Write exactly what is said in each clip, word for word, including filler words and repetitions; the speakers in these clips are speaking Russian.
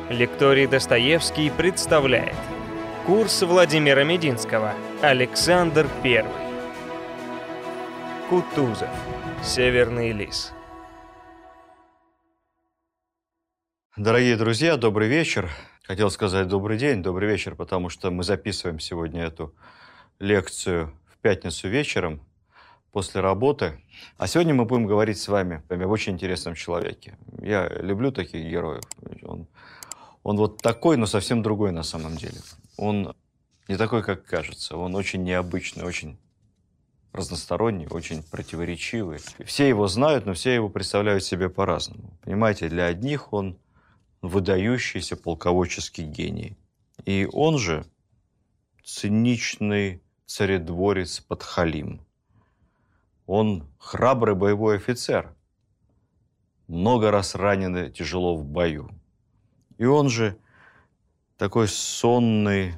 Лекторий Достоевский представляет курс Владимира Мединского «Александр Первый». Кутузов. Северный лис. Дорогие друзья, добрый вечер. Хотел сказать добрый день, добрый вечер, потому что мы записываем сегодня эту лекцию в пятницу вечером после работы. А сегодня мы будем говорить с вами об очень интересном человеке. Я люблю таких героев. Он, он вот такой, но совсем другой на самом деле. Он не такой, как кажется. Он очень необычный, очень разносторонний, очень противоречивый. Все его знают, но все его представляют себе по-разному. Понимаете, для одних он выдающийся полководческий гений. И он же циничный царедворец Подхалим. Он храбрый боевой офицер, много раз раненый тяжело в бою. И он же такой сонный,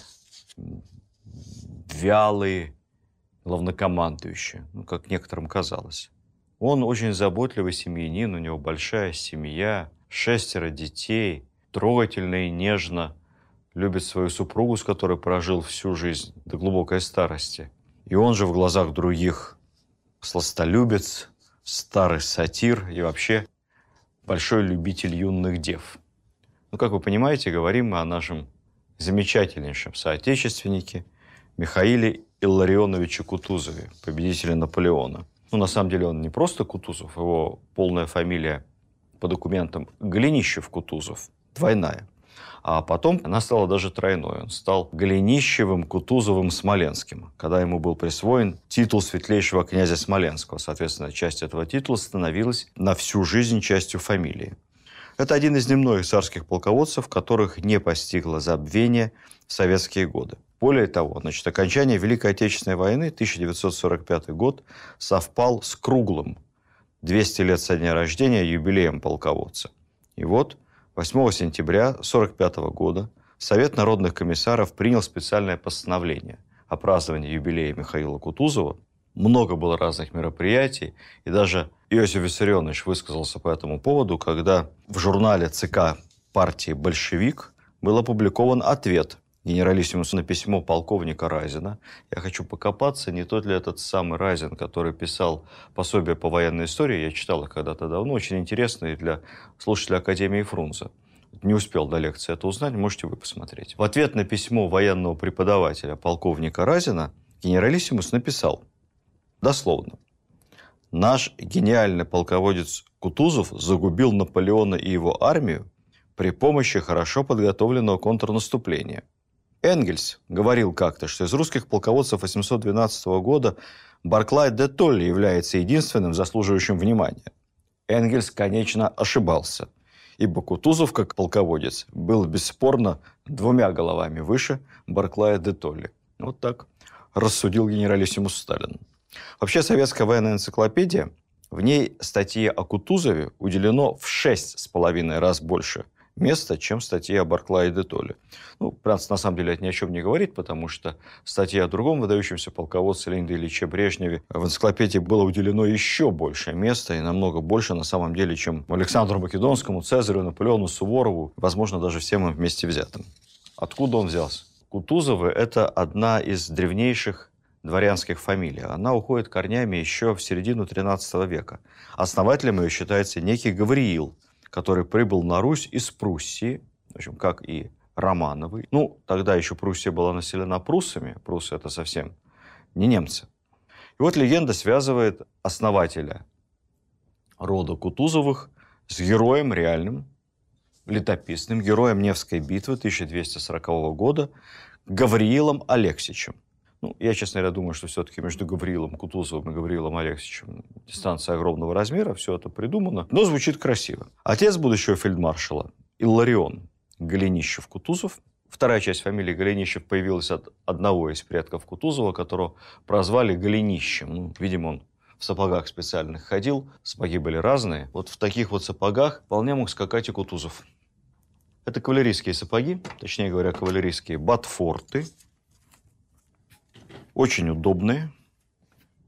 вялый главнокомандующий, ну, как некоторым казалось. Он очень заботливый семьянин, у него большая семья, шестеро детей, трогательно и нежно любит свою супругу, с которой прожил всю жизнь до глубокой старости. И он же в глазах других сластолюбец, старый сатир и вообще большой любитель юных дев. Ну, как вы понимаете, говорим мы о нашем замечательнейшем соотечественнике Михаиле Илларионовиче Кутузове, победителе Наполеона. Ну, на самом деле он не просто Кутузов, его полная фамилия по документам Голенищев-Кутузов, двойная. А потом она стала даже тройной. Он стал Голенищевым, Кутузовым, Смоленским, когда ему был присвоен титул светлейшего князя Смоленского. Соответственно, часть этого титула становилась на всю жизнь частью фамилии. Это один из немногих царских полководцев, которых не постигло забвение в советские годы. Более того, значит, окончание Великой Отечественной войны, тысяча девятьсот сорок пятый год, совпал с круглым двести лет со дня рождения юбилеем полководца. И вот восьмого сентября сорок пятого года Совет народных комиссаров принял специальное постановление о праздновании юбилея Михаила Кутузова. Много было разных мероприятий, и даже Иосиф Виссарионович высказался по этому поводу, когда в журнале ЦК партии «Большевик» был опубликован ответ генералиссимусу на письмо полковника Разина. Я хочу покопаться, не тот ли этот самый Разин, который писал пособие по военной истории. Я читал их когда-то давно, очень интересно и для слушателей Академии Фрунзе. Не успел до лекции это узнать, можете вы посмотреть. В ответ на письмо военного преподавателя полковника Разина генералиссимус написал, дословно: «Наш гениальный полководец Кутузов загубил Наполеона и его армию при помощи хорошо подготовленного контрнаступления. Энгельс говорил как-то, что из русских полководцев восемьсот двенадцатого года Барклай де Толли является единственным заслуживающим внимания. Энгельс, конечно, ошибался, ибо Кутузов, как полководец, был бесспорно двумя головами выше Барклая де Толли». Вот так рассудил генералиссимус Сталин. Вообще, советская военная энциклопедия, в ней статье о Кутузове уделено в шесть с половиной раз больше места, чем статья о Барклае де Толли. Ну, правда, на самом деле это ни о чем не говорит, потому что статья о другом выдающемся полководце Леониде Ильиче Брежневе в энциклопедии было уделено еще больше места, и намного больше на самом деле, чем Александру Македонскому, Цезарю, Наполеону, Суворову, возможно, даже всем им вместе взятым. Откуда он взялся? Кутузовы – это одна из древнейших дворянских фамилий. Она уходит корнями еще в середину тринадцатого века. Основателем ее считается некий Гавриил, который прибыл на Русь из Пруссии, в общем, как и Романовы. Ну, тогда еще Пруссия была населена пруссами. Пруссы – это совсем не немцы. И вот легенда связывает основателя рода Кутузовых с героем реальным, летописным, героем Невской битвы тысяча двести сорокового года Гавриилом Алексичем. Ну, я, честно говоря, думаю, что все-таки между Гавриилом Кутузовым и Гавриилом Алексичем дистанция огромного размера, все это придумано, но звучит красиво. Отец будущего фельдмаршала Илларион Голенищев-Кутузов. Вторая часть фамилии Голенищев появилась от одного из предков Кутузова, которого прозвали Голенищем. Ну, видимо, он в сапогах специальных ходил, сапоги были разные. Вот в таких вот сапогах вполне мог скакать и Кутузов. Это кавалерийские сапоги, точнее говоря, кавалерийские ботфорты. Очень удобные.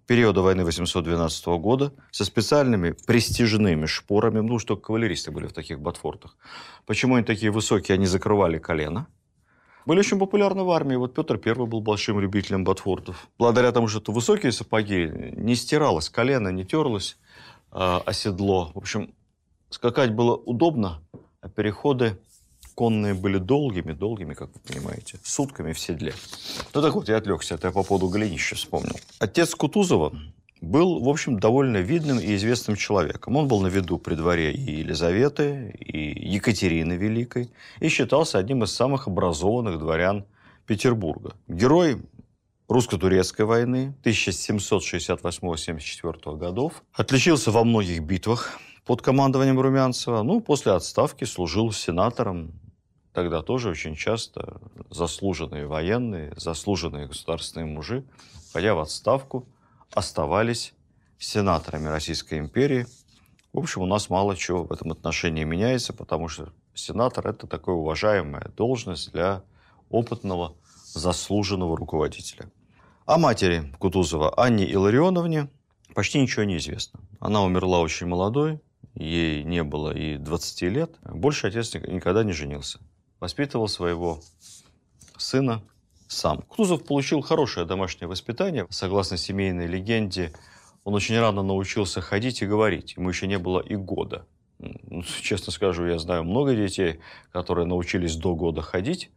периода войны восемьсот двенадцатого года со специальными престижными шпорами, ну, что кавалеристы были в таких ботфортах. Почему они такие высокие? Они закрывали колено. Были очень популярны в армии. Вот Петр Первый был большим любителем ботфортов. Благодаря тому, что это высокие сапоги, не стиралось колено, не терлось э, о седло. В общем, скакать было удобно, а переходы конные были долгими, долгими, как вы понимаете, сутками в седле. Ну так вот, я отвлекся, это я по поводу голенища вспомнил. Отец Кутузова был, в общем, довольно видным и известным человеком. Он был на виду при дворе и Елизаветы, и Екатерины Великой, и считался одним из самых образованных дворян Петербурга. Герой русско-турецкой войны тысяча семьсот шестьдесят восьмого — семьдесят четвёртого годов. Отличился во многих битвах под командованием Румянцева. Ну, после отставки служил сенатором. Тогда тоже очень часто заслуженные военные, заслуженные государственные мужи, входя в отставку, оставались сенаторами Российской империи. В общем, у нас мало чего в этом отношении меняется, потому что сенатор – это такая уважаемая должность для опытного, заслуженного руководителя. О матери Кутузова, Анне Илларионовне, почти ничего не известно. Она умерла очень молодой, ей не было и двадцати лет. Больше отец никогда не женился. Воспитывал своего сына сам. Кутузов получил хорошее домашнее воспитание. Согласно семейной легенде, он очень рано научился ходить и говорить. Ему еще не было и года. Ну, честно скажу, я знаю много детей, которые научились до года ходить.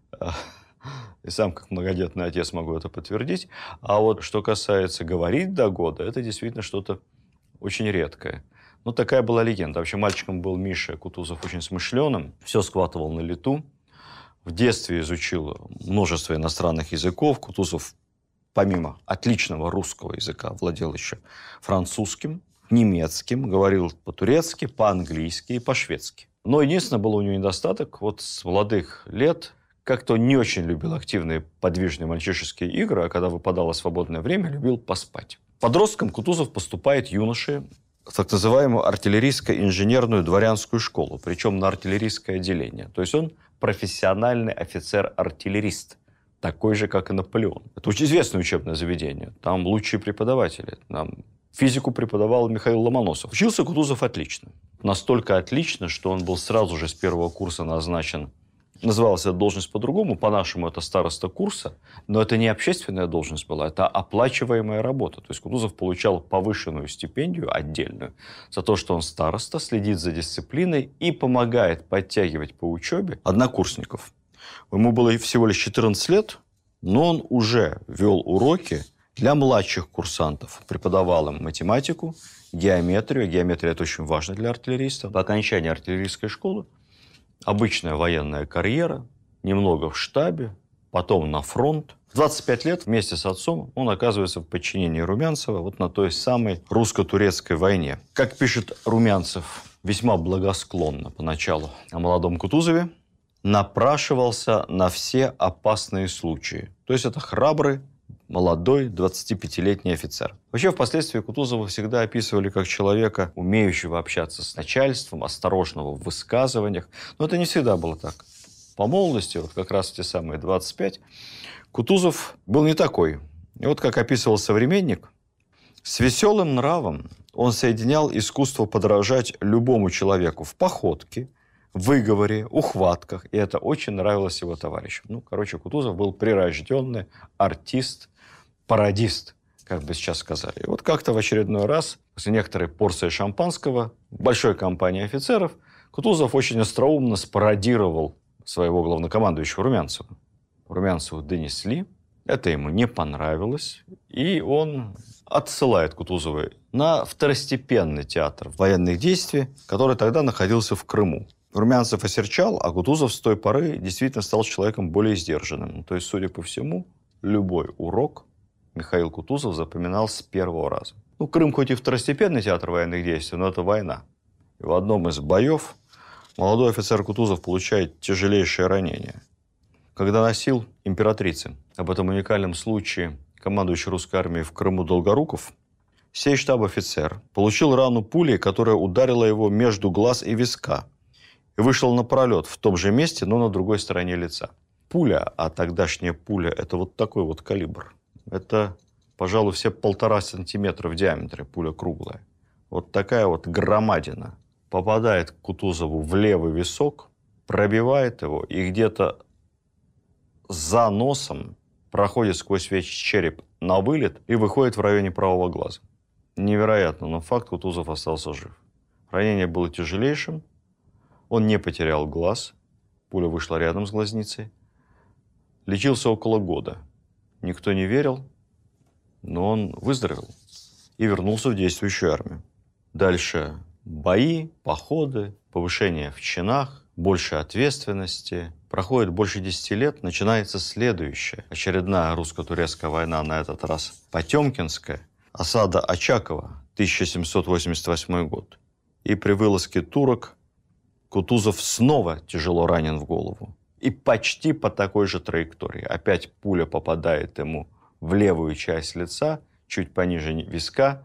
И сам, как многодетный отец, могу это подтвердить. А вот что касается говорить до года, это действительно что-то очень редкое. Ну, такая была легенда. Вообще, мальчиком был Миша Кутузов очень смышленым. Все схватывал на лету. В детстве изучил множество иностранных языков. Кутузов, помимо отличного русского языка, владел еще французским, немецким, говорил по-турецки, по-английски и по-шведски. Но единственное, был у него недостаток. Вот с молодых лет как-то он не очень любил активные подвижные мальчишеские игры, а когда выпадало свободное время, любил поспать. Подростком Кутузов поступает юноше в так называемую артиллерийско-инженерную дворянскую школу, причем на артиллерийское отделение. То есть он профессиональный офицер-артиллерист, такой же, как и Наполеон. Это очень известное учебное заведение. Там лучшие преподаватели. Там физику преподавал Михаил Ломоносов. Учился Кутузов отлично. Настолько отлично, что он был сразу же с первого курса назначен. Называлась эта должность по-другому, по-нашему это староста курса, но это не общественная должность была, это оплачиваемая работа. То есть Кутузов получал повышенную стипендию отдельную за то, что он староста, следит за дисциплиной и помогает подтягивать по учебе однокурсников. Ему было всего лишь четырнадцать лет, но он уже вел уроки для младших курсантов, преподавал им математику, геометрию. Геометрия – это очень важно для артиллериста. По окончании артиллерийской школы обычная военная карьера, немного в штабе, потом на фронт. В двадцать пять лет вместе с отцом он оказывается в подчинении Румянцева вот на той самой русско-турецкой войне. Как пишет Румянцев весьма благосклонно поначалу о молодом Кутузове, напрашивался на все опасные случаи. То есть это храбрый, молодой, двадцатипятилетний офицер. Вообще, впоследствии Кутузова всегда описывали как человека, умеющего общаться с начальством, осторожного в высказываниях. Но это не всегда было так. По молодости, вот как раз в те самые двадцать пять, Кутузов был не такой. И вот как описывал современник, с веселым нравом он соединял искусство подражать любому человеку в походке, выговоре, ухватках. И это очень нравилось его товарищам. Ну, короче, Кутузов был прирожденный артист, пародист, как бы сейчас сказали. И вот как-то в очередной раз, после некоторой порции шампанского, в большой компании офицеров, Кутузов очень остроумно спародировал своего главнокомандующего Румянцева. Румянцеву донесли, это ему не понравилось, и он отсылает Кутузова на второстепенный театр военных действий, который тогда находился в Крыму. Румянцев осерчал, а Кутузов с той поры действительно стал человеком более сдержанным. То есть, судя по всему, любой урок Михаил Кутузов запоминал с первого раза. Ну, Крым хоть и второстепенный театр военных действий, но это война. И в одном из боев молодой офицер Кутузов получает тяжелейшее ранение. Когда носил императрицы об этом уникальном случае командующий русской армией в Крыму Долгоруков, сей штаб-офицер получил рану пулей, которая ударила его между глаз и виска, и вышел на пролет в том же месте, но на другой стороне лица. Пуля, а тогдашняя пуля – это вот такой вот калибр. Это пожалуй, все полтора сантиметра в диаметре, пуля круглая. Вот такая вот громадина попадает Кутузову в левый висок, пробивает его и где-то за носом проходит сквозь весь череп на вылет и выходит в районе правого глаза. Невероятно, но факт: Кутузов остался жив. Ранение было тяжелейшим, он не потерял глаз, пуля вышла рядом с глазницей. Лечился около года. Никто не верил, но он выздоровел и вернулся в действующую армию. Дальше бои, походы, повышение в чинах, больше ответственности. Проходит больше десяти лет, начинается следующая. Очередная русско-турецкая война, на этот раз Потемкинская. Осада Очакова, тысяча семьсот восемьдесят восьмой год. И при вылазке турок Кутузов снова тяжело ранен в голову. И почти по такой же траектории. Опять пуля попадает ему в левую часть лица, чуть пониже виска.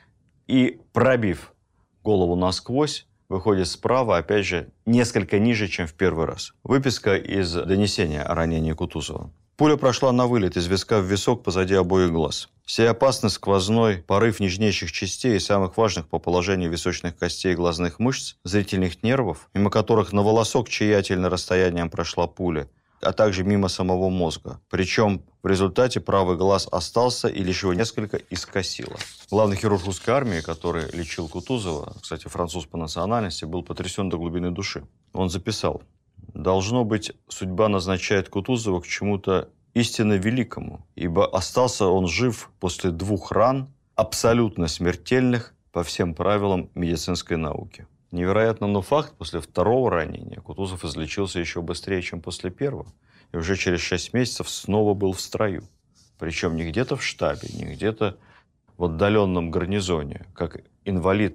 И, пробив голову насквозь, выходит справа, опять же, несколько ниже, чем в первый раз. Выписка из донесения о ранении Кутузова. Пуля прошла на вылет из виска в висок позади обоих глаз. Сей опасный сквозной порыв нежнейших частей и самых важных по положению височных костей глазных мышц, зрительных нервов, мимо которых на волосок чаятельно расстоянием прошла пуля, а также мимо самого мозга. Причем в результате правый глаз остался и лишь его несколько искосило. Главный хирург русской армии, который лечил Кутузова, кстати, француз по национальности, был потрясен до глубины души. Он записал: «Должно быть, судьба назначает Кутузова к чему-то истинно великому, ибо остался он жив после двух ран, абсолютно смертельных по всем правилам медицинской науки». Невероятно, но факт: после второго ранения Кутузов излечился еще быстрее, чем после первого. И уже через шесть месяцев снова был в строю. Причем не где-то в штабе, не где-то в отдаленном гарнизоне, как инвалид,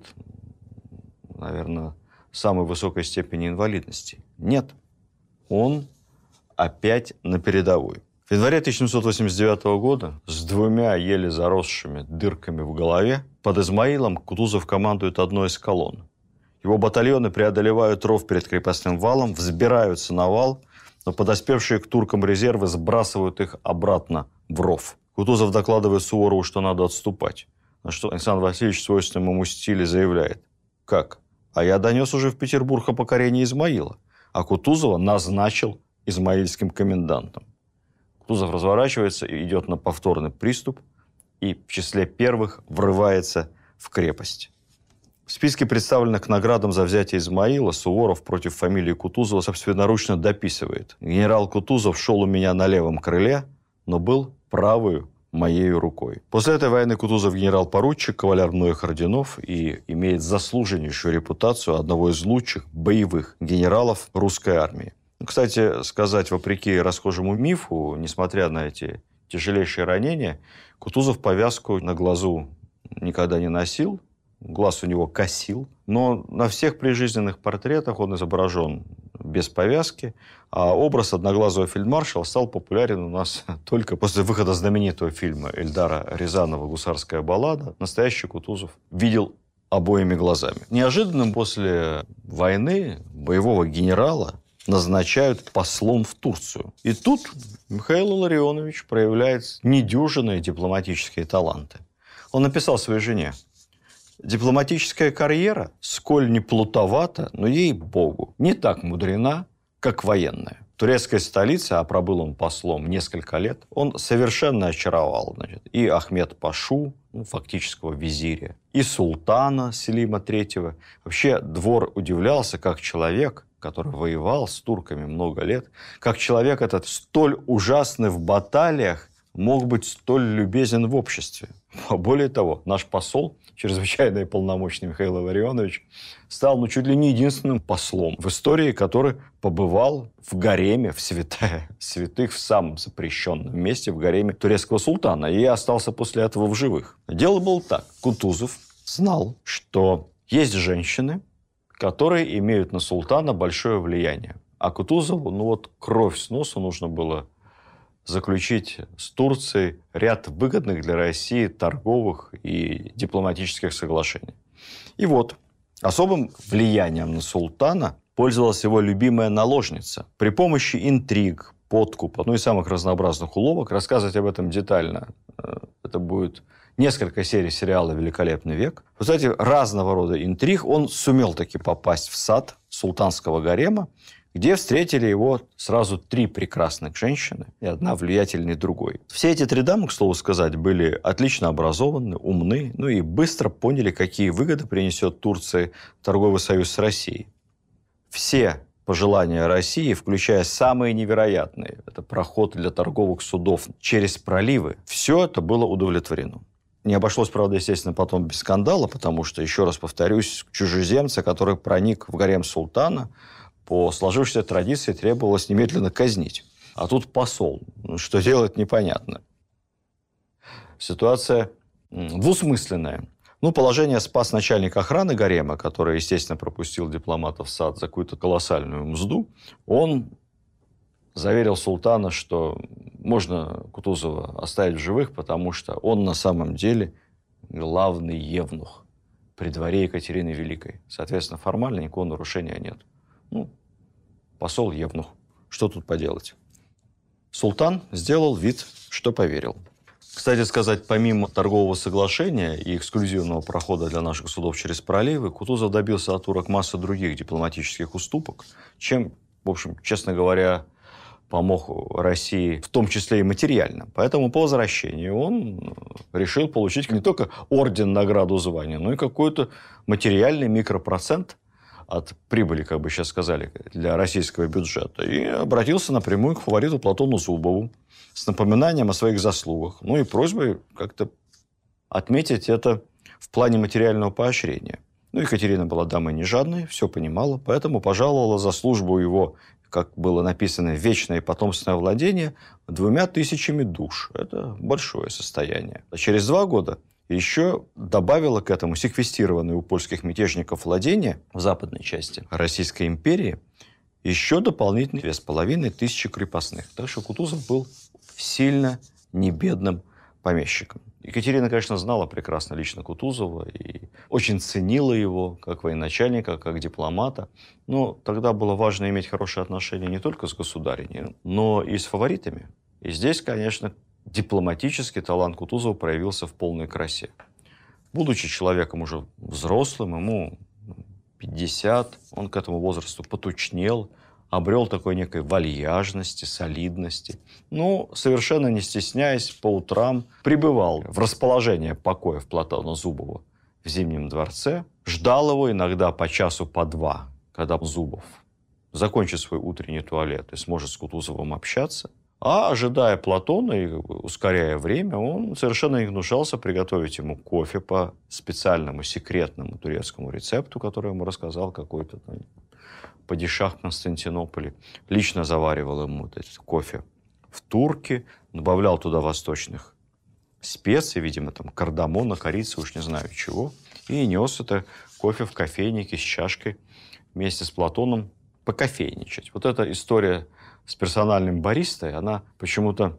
наверное, самой высокой степени инвалидности. Нет, он опять на передовой. В январе тысяча семьсот восемьдесят девятого года с двумя еле заросшими дырками в голове под Измаилом Кутузов командует одной из колонн. Его батальоны преодолевают ров перед крепостным валом, взбираются на вал, но подоспевшие к туркам резервы сбрасывают их обратно в ров. Кутузов докладывает Суворову, что надо отступать. На что Александр Васильевич в свойственном ему стиле заявляет: «Как? А я донес уже в Петербург о покорении Измаила, а Кутузова назначил измаильским комендантом». Кутузов разворачивается и идет на повторный приступ, и в числе первых врывается в крепость. В списке представленных к наградам за взятие Измаила Суворов против фамилии Кутузова собственноручно дописывает: «Генерал Кутузов шел у меня на левом крыле, но был правою моей рукой». После этой войны Кутузов генерал-поручик, кавалер многих орденов и имеет заслуженнейшую репутацию одного из лучших боевых генералов русской армии. Кстати сказать, вопреки расхожему мифу, несмотря на эти тяжелейшие ранения, Кутузов повязку на глазу никогда не носил. Глаз у него косил. Но на всех прижизненных портретах он изображен без повязки. А образ одноглазого фельдмаршала стал популярен у нас только после выхода знаменитого фильма Эльдара Рязанова «Гусарская баллада». Настоящий Кутузов видел обоими глазами. Неожиданно после войны боевого генерала назначают послом в Турцию. И тут Михаил Илларионович проявляет недюжинные дипломатические таланты. Он написал своей жене: «Дипломатическая карьера, сколь не плутовата, но, ей-богу, не так мудрена, как военная». В турецкой столице, а пробыл он послом несколько лет, он совершенно очаровал, значит, и Ахмед Пашу, ну, фактического визиря, и султана Селима третьего. Вообще двор удивлялся, как человек, который воевал с турками много лет, как человек этот, столь ужасный в баталиях, мог быть столь любезен в обществе. Более того, наш посол, чрезвычайно полномочный Михаил Илларионович, стал ну, чуть ли не единственным послом в истории, который побывал в гареме, в святая святых, в самом запрещенном месте, в гареме турецкого султана, и остался после этого в живых. Дело было так. Кутузов знал, что есть женщины, которые имеют на султана большое влияние. А Кутузову, ну вот, кровь с носу нужно было заключить с Турцией ряд выгодных для России торговых и дипломатических соглашений. И вот, особым влиянием на султана пользовалась его любимая наложница. При помощи интриг, подкупа, ну и самых разнообразных уловок, рассказывать об этом детально Это будет несколько серий сериала «Великолепный век». Вот эти разного рода интриг он сумел таки попасть в сад султанского гарема, где встретили его сразу три прекрасных женщины и одна влиятельней другой. Все эти три дамы, к слову сказать, были отлично образованы, умны, ну и быстро поняли, какие выгоды принесет Турции торговый союз с Россией. Все пожелания России, включая самые невероятные, это проход для торговых судов через проливы, все это было удовлетворено. Не обошлось, правда, естественно, потом без скандала, потому что, еще раз повторюсь, чужеземца, который проник в гарем султана, по сложившейся традиции требовалось немедленно казнить. А тут посол. Что делать, непонятно. Ситуация двусмысленная. Ну, положение спас начальник охраны гарема, который, естественно, пропустил дипломатов в сад за какую-то колоссальную мзду. Он заверил султана, что можно Кутузова оставить в живых, потому что он на самом деле главный евнух при дворе Екатерины Великой. Соответственно, формально никакого нарушения нет. Ну, посол евнух. Что тут поделать? Султан сделал вид, что поверил. Кстати сказать, помимо торгового соглашения и эксклюзивного прохода для наших судов через проливы, Кутузов добился от турок массы других дипломатических уступок, чем, в общем, честно говоря, помог России, в том числе и материально. Поэтому по возвращении он решил получить не только орден, награду, звание, но и какой-то материальный микропроцент от прибыли, как бы сейчас сказали, для российского бюджета. И обратился напрямую к фавориту Платону Зубову с напоминанием о своих заслугах. Ну и просьбой как-то отметить это в плане материального поощрения. Ну, Екатерина была дамой не жадной, все понимала, поэтому пожаловала за службу его, как было написано, вечное и потомственное владение, двумя тысячами душ. Это большое состояние. А через два года еще добавила к этому секвестированные у польских мятежников владения в западной части Российской империи еще дополнительные две с половиной тысячи крепостных. Так что Кутузов был сильно небедным помещиком. Екатерина, конечно, знала прекрасно лично Кутузова и очень ценила его как военачальника, как дипломата. Но тогда было важно иметь хорошие отношения не только с государыней, но и с фаворитами. И здесь, конечно, дипломатический талант Кутузова проявился в полной красе. Будучи человеком уже взрослым, ему пятьдесят, он к этому возрасту потучнел, обрел такой некой вальяжности, солидности. Ну, совершенно не стесняясь, по утрам пребывал в расположении покоев Платона Зубова в Зимнем дворце, ждал его иногда по часу, по два, когда Зубов закончит свой утренний туалет и сможет с Кутузовым общаться. А ожидая Платона и ускоряя время, он совершенно не гнушался приготовить ему кофе по специальному секретному турецкому рецепту, который ему рассказал какой-то ну, падишах в Константинополе. Лично заваривал ему вот этот кофе в турке, добавлял туда восточных специй, видимо, там кардамона, корицы, уж не знаю чего, и нес это кофе в кофейнике с чашкой вместе с Платоном покофейничать. Вот эта история с персональным баристой, она почему-то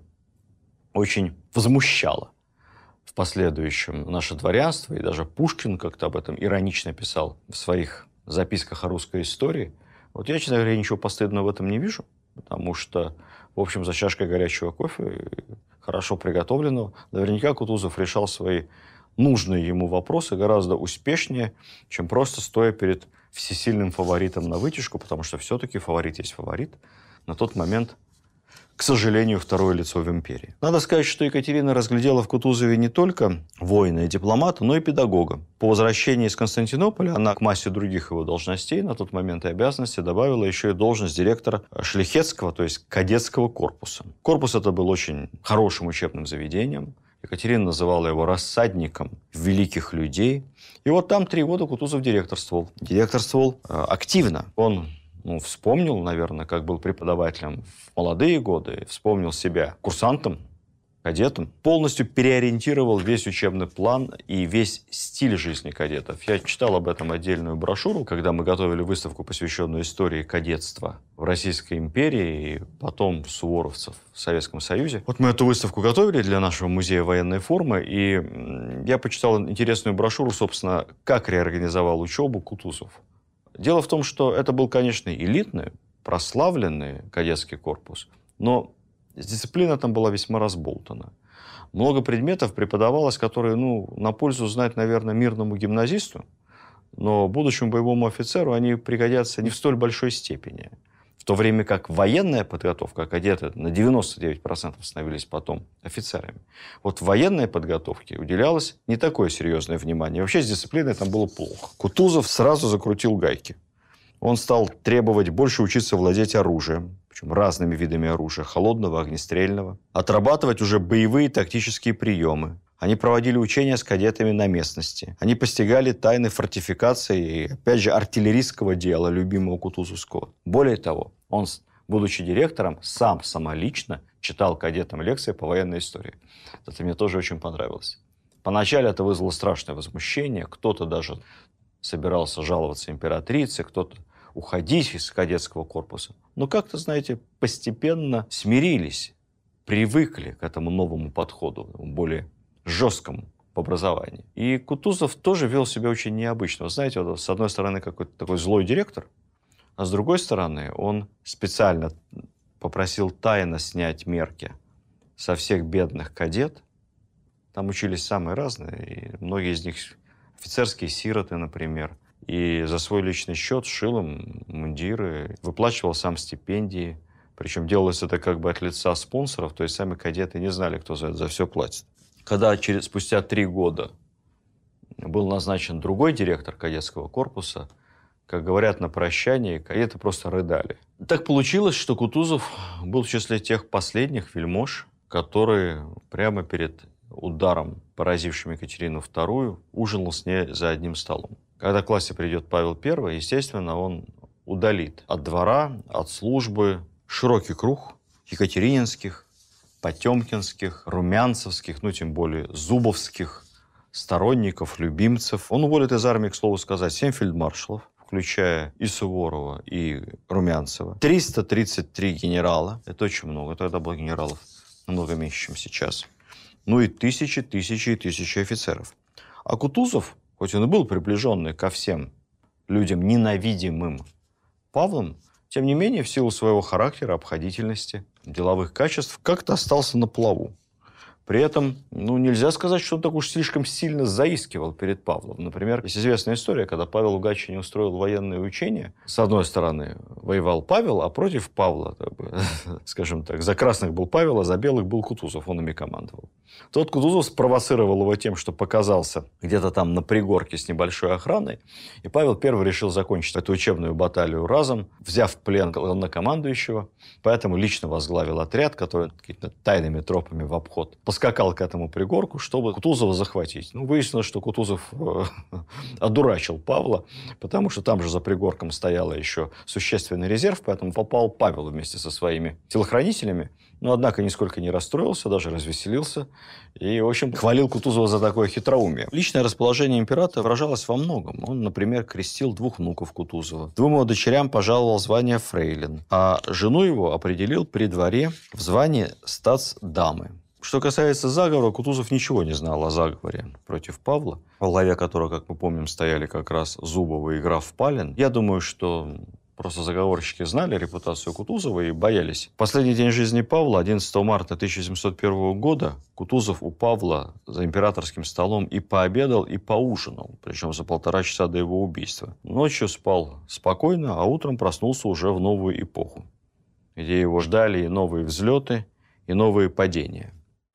очень возмущала в последующем наше дворянство. И даже Пушкин как-то об этом иронично писал в своих записках о русской истории. Вот я, честно говоря, ничего постыдного в этом не вижу, потому что, в общем, за чашкой горячего кофе, хорошо приготовленного, наверняка Кутузов решал свои нужные ему вопросы гораздо успешнее, чем просто стоя перед всесильным фаворитом на вытяжку, потому что все-таки фаворит есть фаворит. На тот момент, к сожалению, второе лицо в империи. Надо сказать, что Екатерина разглядела в Кутузове не только воина и дипломата, но и педагога. По возвращении из Константинополя она к массе других его должностей на тот момент и обязанностей добавила еще и должность директора шляхетского, то есть кадетского корпуса. Корпус это был очень хорошим учебным заведением. Екатерина называла его рассадником великих людей. И вот там три года Кутузов директорствовал. Директорствовал э, активно. Он Ну, вспомнил, наверное, как был преподавателем в молодые годы, вспомнил себя курсантом, кадетом, полностью переориентировал весь учебный план и весь стиль жизни кадетов. Я читал об этом отдельную брошюру, когда мы готовили выставку, посвященную истории кадетства в Российской империи и потом суворовцев в Советском Союзе. Вот мы эту выставку готовили для нашего музея военной формы, и я почитал интересную брошюру, собственно, как реорганизовал учебу Кутузов. Дело в том, что это был, конечно, элитный, прославленный кадетский корпус, но дисциплина там была весьма разболтана. Много предметов преподавалось, которые, ну, на пользу знать, наверное, мирному гимназисту, но будущему боевому офицеру они пригодятся не в столь большой степени. В то время как военная подготовка, кадеты на девяносто девять процентов становились потом офицерами. Вот военной подготовке уделялось не такое серьезное внимание. Вообще с дисциплиной там было плохо. Кутузов сразу закрутил гайки. Он стал требовать больше учиться владеть оружием, причем разными видами оружия, холодного, огнестрельного, отрабатывать уже боевые тактические приемы. Они проводили учения с кадетами на местности. Они постигали тайны фортификации и, опять же, артиллерийского дела, любимого Кутузовского. Более того, он, будучи директором, сам самолично читал кадетам лекции по военной истории. Это мне тоже очень понравилось. Поначалу это вызвало страшное возмущение. Кто-то даже собирался жаловаться императрице, кто-то уходить из кадетского корпуса. Но как-то, знаете, постепенно смирились, привыкли к этому новому подходу, более жесткому в образовании. И Кутузов тоже вел себя очень необычно. Вы знаете, вот, с одной стороны, какой-то такой злой директор, а с другой стороны, он специально попросил тайно снять мерки со всех бедных кадет. Там учились самые разные, и многие из них офицерские сироты, например. И за свой личный счет шил им мундиры, выплачивал сам стипендии. Причем делалось это как бы от лица спонсоров, то есть сами кадеты не знали, кто за это за все платит. Когда через, спустя три года был назначен другой директор кадетского корпуса, как говорят на прощании, кадеты просто рыдали. Так получилось, что Кутузов был в числе тех последних вельмож, которые прямо перед ударом, поразившим Екатерину вторую, ужинал с ней за одним столом. Когда к власти придет Павел Первый, естественно, он удалит от двора, от службы широкий круг екатерининских, потемкинских, румянцевских, ну, тем более зубовских сторонников, любимцев. Он уволит из армии, к слову сказать, семь фельдмаршалов, включая и Суворова, и Румянцева. триста тридцать три генерала. Это очень много. Тогда было генералов намного меньше, чем сейчас. Ну и тысячи, тысячи и тысячи офицеров. А Кутузов, хоть он и был приближенный ко всем людям, ненавидимым Павлом, тем не менее, в силу своего характера, обходительности, деловых качеств, как-то остался на плаву. При этом, ну, нельзя сказать, что он так уж слишком сильно заискивал перед Павлом. Например, есть известная история, когда Павел в Гатчине устроил военные учения. С одной стороны воевал Павел, а против Павла, как бы, скажем так, за красных был Павел, а за белых был Кутузов, он ими командовал. Тот Кутузов спровоцировал его тем, что показался где-то там на пригорке с небольшой охраной, и Павел Первый решил закончить эту учебную баталию разом, взяв в плен главнокомандующего, поэтому лично возглавил отряд, который какими-то тайными тропами в обход поскакал к этому пригорку, чтобы Кутузова захватить. Ну, выяснилось, что Кутузов э, одурачил Павла, потому что там же за пригорком стоял еще существенный резерв, поэтому попал Павел вместе со своими телохранителями. Но, однако, нисколько не расстроился, даже развеселился. И, в общем, хвалил Кутузова за такое хитроумие. Личное расположение императора выражалось во многом. Он, например, крестил двух внуков Кутузова. Двум его дочерям пожаловал звание фрейлин. А жену его определил при дворе в звании статсдамы. Что касается заговора, Кутузов ничего не знал о заговоре против Павла, во главе которого, как мы помним, стояли как раз Зубова и граф Палин. Я думаю, что просто заговорщики знали репутацию Кутузова и боялись. В последний день жизни Павла, одиннадцатого марта тысяча семьсот первого года, Кутузов у Павла за императорским столом и пообедал, и поужинал, причем за полтора часа до его убийства. Ночью спал спокойно, а утром проснулся уже в новую эпоху, где его ждали и новые взлеты, и новые падения.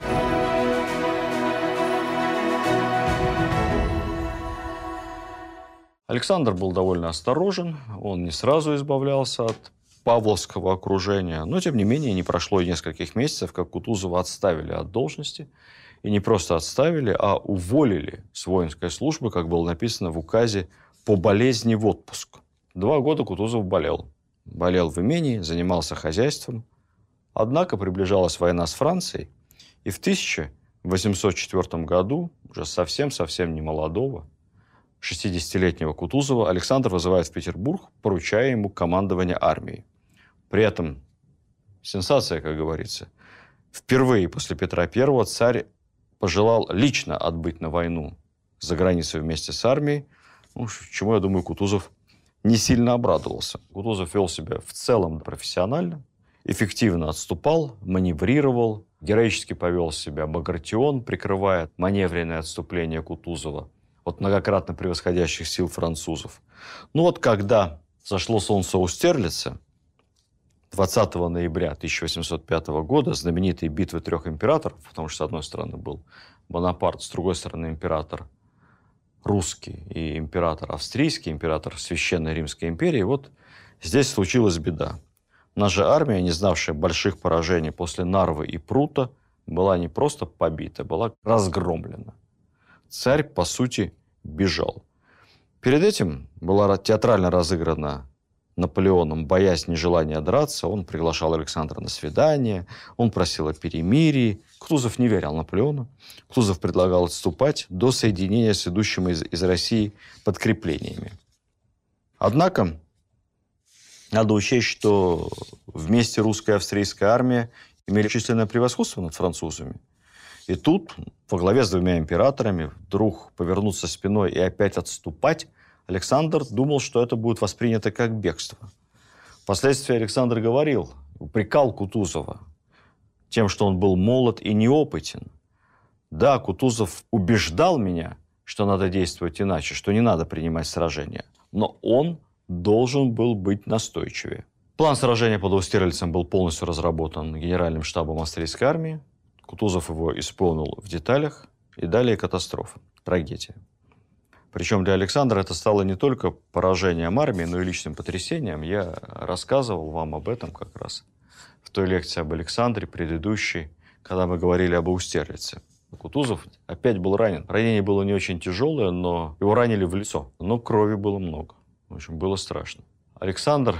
Александр был довольно осторожен, он не сразу избавлялся от павловского окружения, но, тем не менее, не прошло и нескольких месяцев, как Кутузова отставили от должности, и не просто отставили, а уволили с воинской службы, как было написано в указе, по болезни в отпуск. Два года Кутузов болел. Болел в имении, занимался хозяйством. Однако приближалась война с Францией, и в тысяча восемьсот четвёртом году, уже совсем-совсем не молодого, шестидесятилетнего Кутузова Александр вызывает в Петербург, поручая ему командование армией. При этом, сенсация, как говорится, впервые после Петра Первого царь пожелал лично отбыть на войну за границей вместе с армией, ну, чему, я думаю, Кутузов не сильно обрадовался. Кутузов вел себя в целом профессионально, эффективно отступал, маневрировал, Героически повел себя Багратион, прикрывая маневренное отступление Кутузова от многократно превосходящих сил французов. Ну вот когда зашло солнце у Стерлица, двадцатого ноября тысяча восемьсот пятого года, знаменитой битвы трех императоров, потому что с одной стороны был Бонапарт, с другой стороны император русский и император австрийский, император Священной Римской империи, вот здесь случилась беда. Наша армия, не знавшая больших поражений после Нарвы и Прута, была не просто побита, была разгромлена. Царь, по сути, бежал. Перед этим была театрально разыграна Наполеоном боязнь нежелания драться. Он приглашал Александра на свидание, он просил о перемирии. Кутузов не верил Наполеону. Кутузов предлагал отступать до соединения с идущими из, из России подкреплениями. Однако надо учесть, что вместе русская и австрийская армия имели численное превосходство над французами. И тут, во главе с двумя императорами, вдруг повернуться спиной и опять отступать, Александр думал, что это будет воспринято как бегство. Впоследствии Александр говорил, упрекал Кутузова тем, что он был молод и неопытен. Да, Кутузов убеждал меня, что надо действовать иначе, что не надо принимать сражения, но он должен был быть настойчивее. План сражения под Аустерлицем был полностью разработан генеральным штабом австрийской армии. Кутузов его исполнил в деталях, и далее катастрофа, трагедия. Причем для Александра это стало не только поражением армии, но и личным потрясением. Я рассказывал вам об этом как раз в той лекции об Александре, предыдущей, когда мы говорили об Аустерлице. Кутузов опять был ранен. Ранение было не очень тяжелое, но его ранили в лицо. Но крови было много. В общем, было страшно. Александр,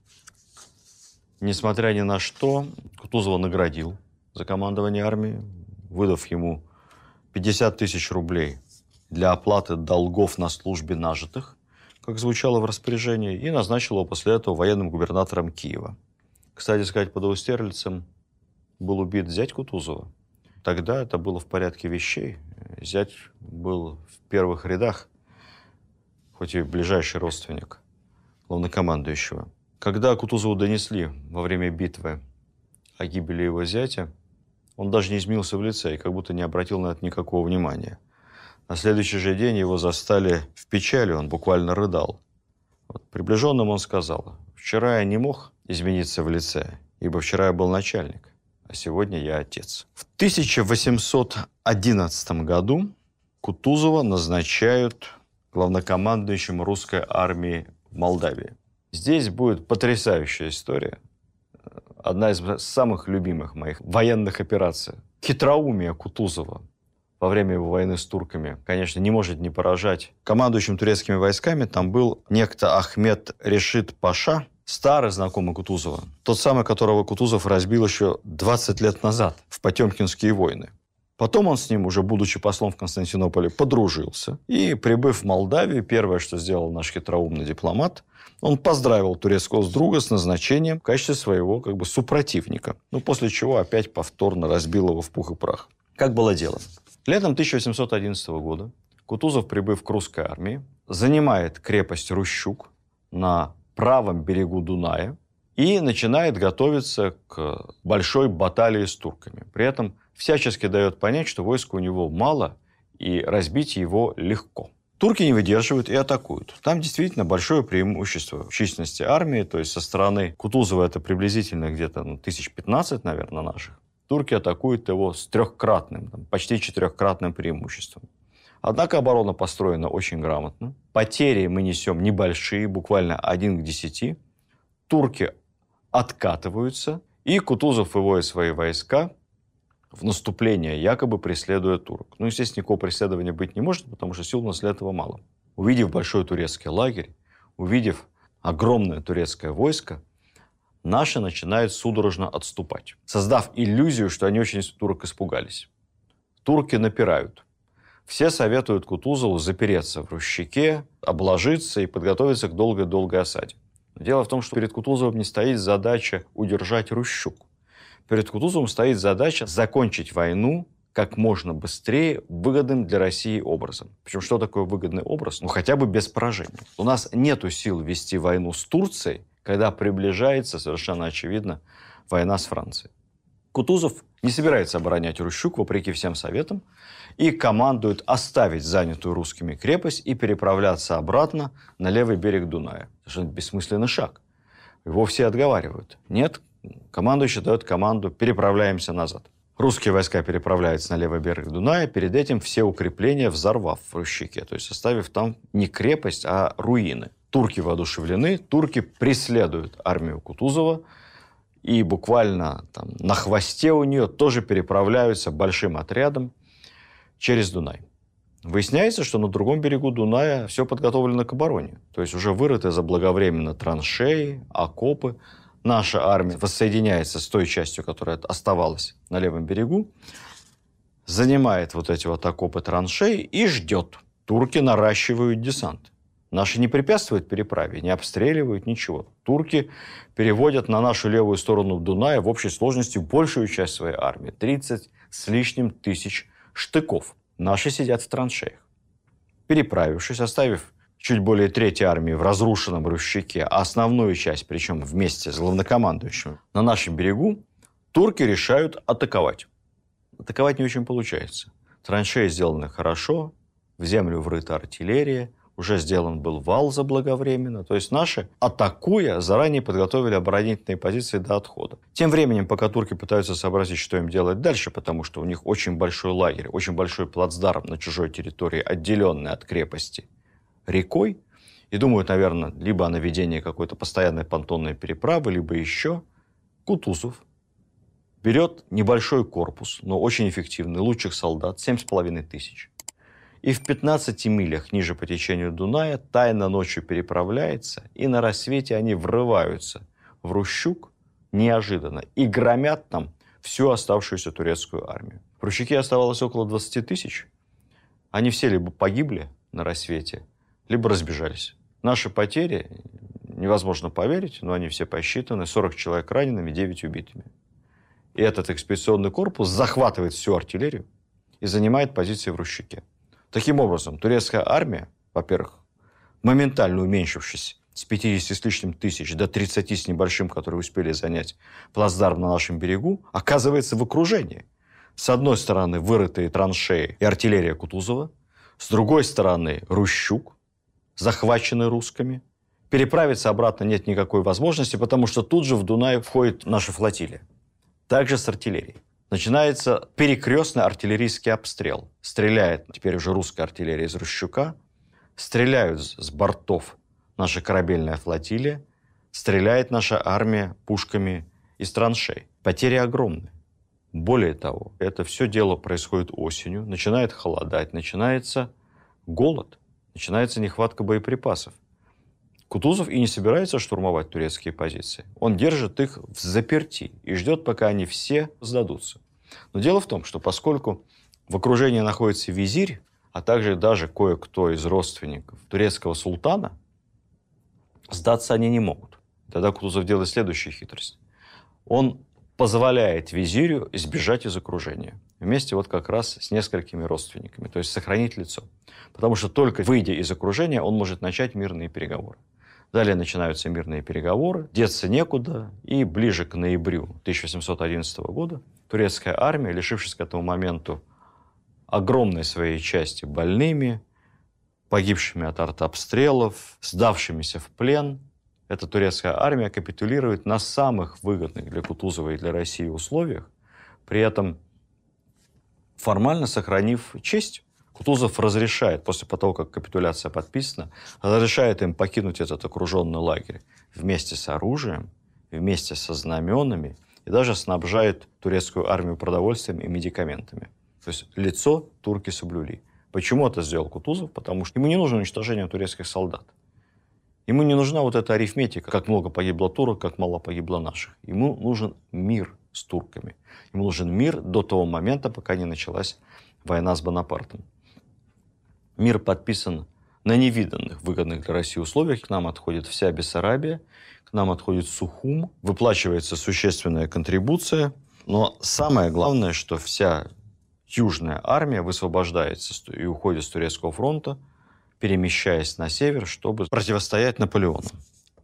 несмотря ни на что, Кутузова наградил за командование армией, выдав ему пятьдесят тысяч рублей для оплаты долгов на службе нажитых, как звучало в распоряжении, и назначил его после этого военным губернатором Киева. Кстати сказать, под Аустерлицем был убит зять Кутузова. Тогда это было в порядке вещей. Зять был в первых рядах, хоть и ближайший родственник главнокомандующего. Когда Кутузову донесли во время битвы о гибели его зятя, он даже не изменился в лице и как будто не обратил на это никакого внимания. На следующий же день его застали в печали, он буквально рыдал. Вот, приближенным он сказал: «Вчера я не мог измениться в лице, ибо вчера я был начальник, а сегодня я отец». В тысяча восемьсот одиннадцатом году Кутузова назначают главнокомандующим русской армии в Молдавии. Здесь будет потрясающая история. Одна из самых любимых моих военных операций. Хитроумие Кутузова во время его войны с турками, конечно, не может не поражать. Командующим турецкими войсками там был некто Ахмед Решит Паша, старый знакомый Кутузова. Тот самый, которого Кутузов разбил еще двадцать лет назад в Потемкинские войны. Потом он с ним, уже будучи послом в Константинополе, подружился. И, прибыв в Молдавию, первое, что сделал наш хитроумный дипломат, он поздравил турецкого друга с назначением в качестве своего как бы супротивника. Ну, после чего опять повторно разбил его в пух и прах. Как было дело? Летом тысяча восемьсот одиннадцатого года Кутузов, прибыв к русской армии, занимает крепость Рущук на правом берегу Дуная и начинает готовиться к большой баталии с турками. При этом всячески дает понять, что войска у него мало и разбить его легко. Турки не выдерживают и атакуют. Там действительно большое преимущество в численности армии, то есть со стороны Кутузова это приблизительно где-то ну, тысяч пятнадцать, наверное, наших. Турки атакуют его с трехкратным, там, почти четырехкратным преимуществом. Однако оборона построена очень грамотно. Потери мы несем небольшие, буквально один к десяти. Турки откатываются, и Кутузов выводит свои войска в наступление, якобы преследуя турок. Ну, естественно, никакого преследования быть не может, потому что сил у нас для этого мало. Увидев большой турецкий лагерь, увидев огромное турецкое войско, наши начинают судорожно отступать, создав иллюзию, что они очень турок испугались. Турки напирают. Все советуют Кутузову запереться в Рущике, обложиться и подготовиться к долгой-долгой осаде. Но дело в том, что перед Кутузовым не стоит задача удержать Рущук. Перед Кутузовым стоит задача закончить войну как можно быстрее выгодным для России образом. Причем, что такое выгодный образ? Ну, хотя бы без поражения. У нас нету сил вести войну с Турцией, когда приближается, совершенно очевидно, война с Францией. Кутузов не собирается оборонять Рущук, вопреки всем советам, и командует оставить занятую русскими крепость и переправляться обратно на левый берег Дуная. Это же бессмысленный шаг. Его все отговаривают. Нет, командующий дает команду «переправляемся назад». Русские войска переправляются на левый берег Дуная, перед этим все укрепления взорвав в Рущуке, то есть оставив там не крепость, а руины. Турки воодушевлены, турки преследуют армию Кутузова, и буквально там, на хвосте у нее тоже переправляются большим отрядом через Дунай. Выясняется, что на другом берегу Дуная все подготовлено к обороне. То есть уже вырыты заблаговременно траншеи, окопы. Наша армия воссоединяется с той частью, которая оставалась на левом берегу, занимает вот эти вот окопы, траншеи и ждет. Турки наращивают десант. Наши не препятствуют переправе, не обстреливают, ничего. Турки переводят на нашу левую сторону Дуная в общей сложности большую часть своей армии. тридцать с лишним тысяч штыков. Наши сидят в траншеях. Переправившись, оставив чуть более трети армии в разрушенном Рущуке, а основную часть, причем вместе с главнокомандующим, на нашем берегу, турки решают атаковать. Атаковать не очень получается. Траншеи сделаны хорошо, в землю врыта артиллерия, уже сделан был вал заблаговременно. То есть наши, атакуя, заранее подготовили оборонительные позиции до отхода. Тем временем, пока турки пытаются сообразить, что им делать дальше, потому что у них очень большой лагерь, очень большой плацдарм на чужой территории, отделенный от крепости рекой, и думают, наверное, либо о наведении какой-то постоянной понтонной переправы, либо еще, Кутузов берет небольшой корпус, но очень эффективный, лучших солдат, семь с половиной тысяч. И в пятнадцати милях ниже по течению Дуная тайно ночью переправляется, и на рассвете они врываются в Рущук неожиданно и громят там всю оставшуюся турецкую армию. В Рущуке оставалось около двадцати тысяч. Они все либо погибли на рассвете, либо разбежались. Наши потери, невозможно поверить, но они все посчитаны, сорок человек ранеными, девять убитыми. И этот экспедиционный корпус захватывает всю артиллерию и занимает позиции в Рущуке. Таким образом, турецкая армия, во-первых, моментально уменьшившись с пятидесяти с лишним тысяч до тридцати с небольшим, которые успели занять плацдарм на нашем берегу, оказывается в окружении. С одной стороны, вырытые траншеи и артиллерия Кутузова, с другой стороны, Рущук, захваченный русскими. Переправиться обратно нет никакой возможности, потому что тут же в Дунай входит наша флотилия. Также с артиллерией. Начинается перекрестный артиллерийский обстрел. Стреляет теперь уже русская артиллерия из Рущука, стреляют с бортов наша корабельная флотилия, стреляет наша армия пушками из траншей. Потери огромные. Более того, это все дело происходит осенью, начинает холодать, начинается голод, начинается нехватка боеприпасов. Кутузов и не собирается штурмовать турецкие позиции. Он держит их в заперти и ждет, пока они все сдадутся. Но дело в том, что поскольку в окружении находится визирь, а также даже кое-кто из родственников турецкого султана, сдаться они не могут. Тогда Кутузов делает следующую хитрость. Он позволяет визирю сбежать из окружения. Вместе вот как раз с несколькими родственниками. То есть сохранить лицо. Потому что только выйдя из окружения, он может начать мирные переговоры. Далее начинаются мирные переговоры, деться некуда, и ближе к ноябрю тысяча восемьсот одиннадцатого года турецкая армия, лишившись к этому моменту огромной своей части больными, погибшими от артобстрелов, сдавшимися в плен, эта турецкая армия капитулирует на самых выгодных для Кутузова и для России условиях, при этом формально сохранив честь. Кутузов разрешает, после того, как капитуляция подписана, разрешает им покинуть этот окруженный лагерь вместе с оружием, вместе со знаменами и даже снабжает турецкую армию продовольствием и медикаментами. То есть лицо турки соблюли. Почему это сделал Кутузов? Потому что ему не нужно уничтожение турецких солдат. Ему не нужна вот эта арифметика, как много погибло турок, как мало погибло наших. Ему нужен мир с турками. Ему нужен мир до того момента, пока не началась война с Бонапартом. Мир подписан на невиданных, выгодных для России условиях. К нам отходит вся Бессарабия, к нам отходит Сухум, выплачивается существенная контрибуция. Но самое главное, что вся Южная армия высвобождается и уходит с турецкого фронта, перемещаясь на север, чтобы противостоять Наполеону.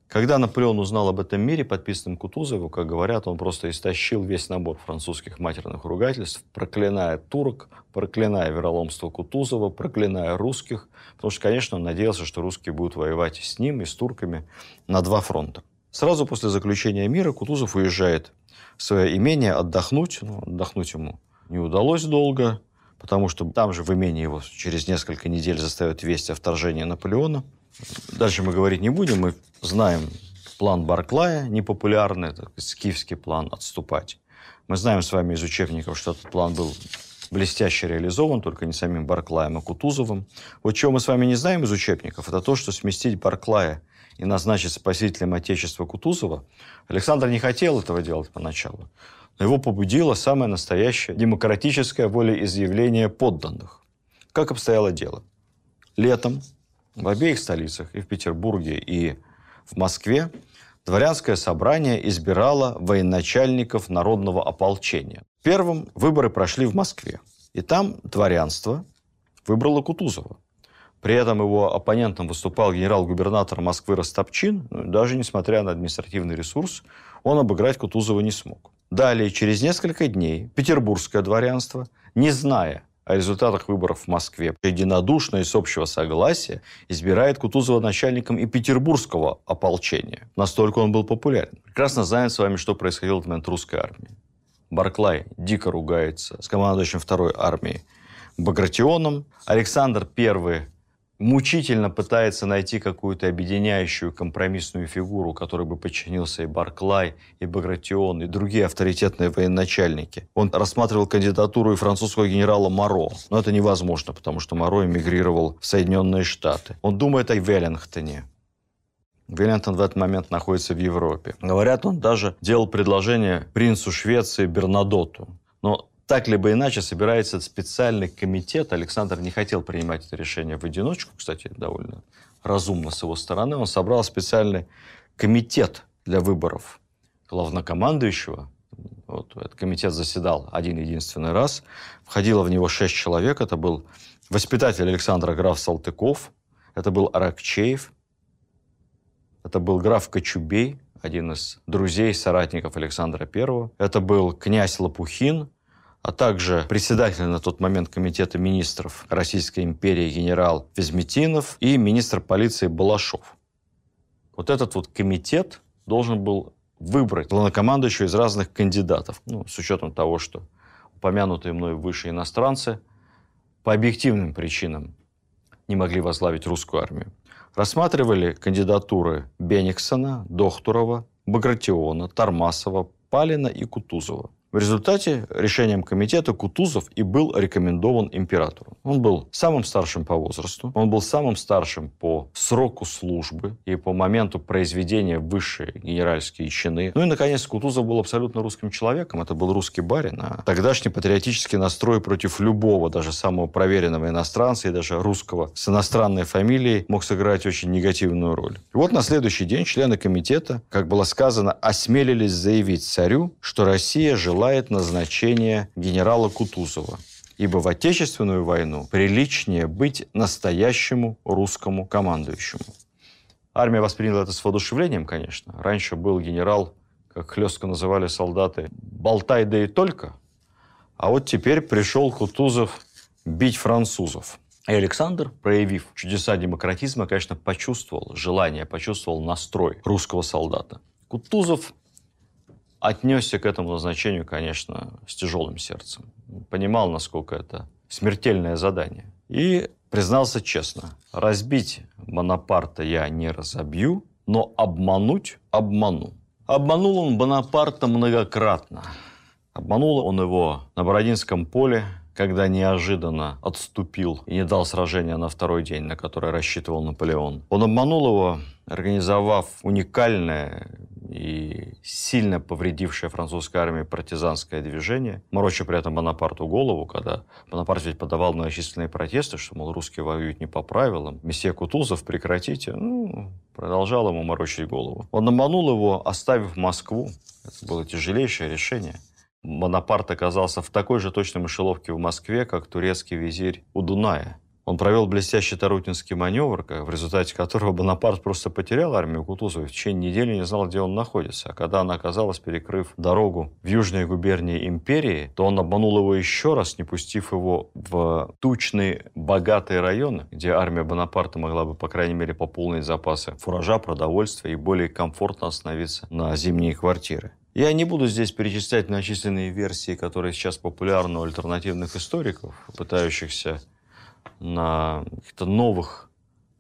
Когда Наполеон узнал об этом мире, подписанном Кутузову, как говорят, он просто истощил весь набор французских матерных ругательств, проклиная турок, проклиная вероломство Кутузова, проклиная русских. Потому что, конечно, он надеялся, что русские будут воевать и с ним, и с турками на два фронта. Сразу после заключения мира Кутузов уезжает в свое имение отдохнуть. Ну, отдохнуть ему не удалось долго, потому что там же в имении его через несколько недель заставят весть о вторжении Наполеона. Дальше мы говорить не будем. Мы знаем план Барклая, непопулярный, это скифский план отступать. Мы знаем с вами из учебников, что этот план был блестяще реализован, только не самим Барклаем, а Кутузовым. Вот чего мы с вами не знаем из учебников, это то, что сместить Барклая и назначить спасителем Отечества Кутузова Александр не хотел этого делать поначалу. Но его побудило самое настоящее демократическое волеизъявление подданных. Как обстояло дело? Летом в обеих столицах, и в Петербурге, и в Москве, дворянское собрание избирало военачальников народного ополчения. Первым выборы прошли в Москве. И там дворянство выбрало Кутузова. При этом его оппонентом выступал генерал-губернатор Москвы Растопчин. Даже несмотря на административный ресурс, он обыграть Кутузова не смог. Далее, через несколько дней, петербургское дворянство, не зная о результатах выборов в Москве, единодушно и с общего согласия избирает Кутузова начальником и петербургского ополчения. Настолько он был популярен. Прекрасно знаем с вами, что происходило в этот момент русской армии. Барклай дико ругается с командующим второй армией Багратионом. Александр Первый мучительно пытается найти какую-то объединяющую компромиссную фигуру, которой бы подчинился и Барклай, и Багратион, и другие авторитетные военачальники. Он рассматривал кандидатуру и французского генерала Моро. Но это невозможно, потому что Моро эмигрировал в Соединенные Штаты. Он думает о Веллингтоне. Веллингтон в этот момент находится в Европе. Говорят, он даже делал предложение принцу Швеции Бернадотту. Но так либо иначе собирается специальный комитет. Александр не хотел принимать это решение в одиночку. Кстати, довольно разумно с его стороны. Он собрал специальный комитет для выборов главнокомандующего. Вот, этот комитет заседал один-единственный раз. Входило в него шесть человек. Это был воспитатель Александра граф Салтыков. Это был Аракчеев. Это был граф Кочубей, один из друзей, соратников Александра Первого. Это был князь Лопухин, а также председатель на тот момент комитета министров Российской империи генерал Везметинов и министр полиции Балашов. Вот этот вот комитет должен был выбрать главнокомандующего из разных кандидатов. Ну, с учетом того, что упомянутые мной выше иностранцы по объективным причинам не могли возглавить русскую армию. Рассматривали кандидатуры Бениксона, Дохтурова, Багратиона, Тармасова, Палина и Кутузова. В результате решением комитета Кутузов и был рекомендован императору. Он был самым старшим по возрасту, он был самым старшим по сроку службы и по моменту произведения в высшие генеральские чины. Ну и, наконец, Кутузов был абсолютно русским человеком, это был русский барин, а тогдашний патриотический настрой против любого, даже самого проверенного иностранца и даже русского с иностранной фамилией мог сыграть очень негативную роль. И вот на следующий день члены комитета, как было сказано, осмелились заявить царю, что Россия желает желает назначения генерала Кутузова, ибо в Отечественную войну приличнее быть настоящему русскому командующему. Армия восприняла это с воодушевлением, конечно. Раньше был генерал, как хлестко называли солдаты, болтай да и только. А вот теперь пришел Кутузов бить французов. И Александр, проявив чудеса демократизма, конечно, почувствовал желание, почувствовал настрой русского солдата. Кутузов отнесся к этому назначению, конечно, с тяжелым сердцем. Понимал, насколько это смертельное задание. И признался честно: разбить Бонапарта я не разобью, но обмануть обману. Обманул он Бонапарта многократно. Обманул он его на Бородинском поле, когда неожиданно отступил и не дал сражения на второй день, на которое рассчитывал Наполеон. Он обманул его, организовав уникальное и сильно повредившее французской армии партизанское движение, мороча при этом Бонапарту голову, когда Бонапарт ведь подавал многочисленные протесты, что, мол, русские воюют не по правилам. Месье Кутузов, прекратите. Ну, продолжал ему морочить голову. Он обманул его, оставив Москву. Это было тяжелейшее решение. Бонапарт оказался в такой же точной мышеловке в Москве, как турецкий визирь у Дуная. Он провел блестящий Тарутинский маневр, в результате которого Бонапарт просто потерял армию Кутузова и в течение недели не знал, где он находится. А когда она оказалась, перекрыв дорогу в южные губернии империи, то он обманул его еще раз, не пустив его в тучные, богатые районы, где армия Бонапарта могла бы, по крайней мере, пополнить запасы фуража, продовольствия и более комфортно остановиться на зимние квартиры. Я не буду здесь перечислять многочисленные версии, которые сейчас популярны у альтернативных историков, пытающихся на каких-то новых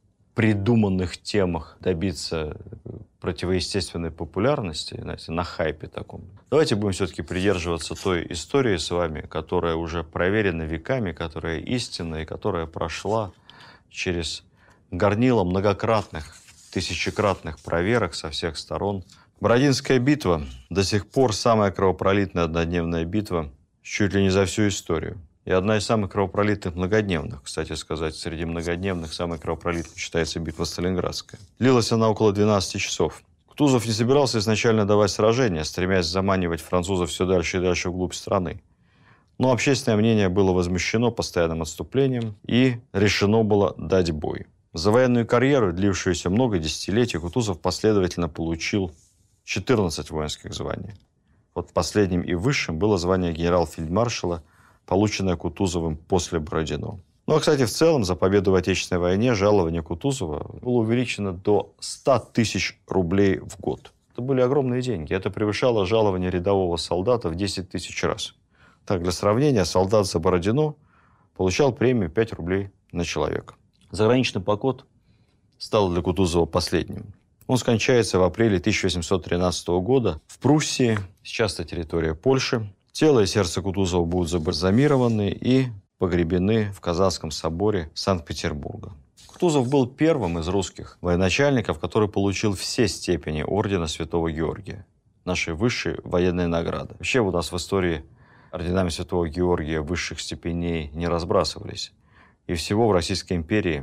придуманных темах добиться противоестественной популярности, знаете, на хайпе таком. Давайте будем все-таки придерживаться той истории с вами, которая уже проверена веками, которая истинна и которая прошла через горнило многократных, тысячекратных проверок со всех сторон. Бородинская битва до сих пор самая кровопролитная однодневная битва чуть ли не за всю историю. И одна из самых кровопролитных многодневных. Кстати сказать, среди многодневных самой кровопролитной считается битва Сталинградская. Длилась она около двенадцати часов. Кутузов не собирался изначально давать сражения, стремясь заманивать французов все дальше и дальше вглубь страны. Но общественное мнение было возмущено постоянным отступлением, и решено было дать бой. За военную карьеру, длившуюся много десятилетий, Кутузов последовательно получил четырнадцать воинских званий. Вот последним и высшим было звание генерал-фельдмаршала, полученное Кутузовым после Бородино. Ну, а, кстати, в целом, за победу в Отечественной войне жалование Кутузова было увеличено до ста тысяч рублей в год. Это были огромные деньги. Это превышало жалование рядового солдата в десять тысяч раз. Так, для сравнения, солдат за Бородино получал премию пять рублей на человека. Заграничный поход стал для Кутузова последним. Он скончается в апреле тысяча восемьсот тринадцатого года в Пруссии, сейчас это территория Польши. Тело и сердце Кутузова будут забальзамированы и погребены в Казанском соборе Санкт-Петербурга. Кутузов был первым из русских военачальников, который получил все степени ордена Святого Георгия, нашей высшей военной награды. Вообще у нас в истории орденами Святого Георгия высших степеней не разбрасывались. И всего в Российской империи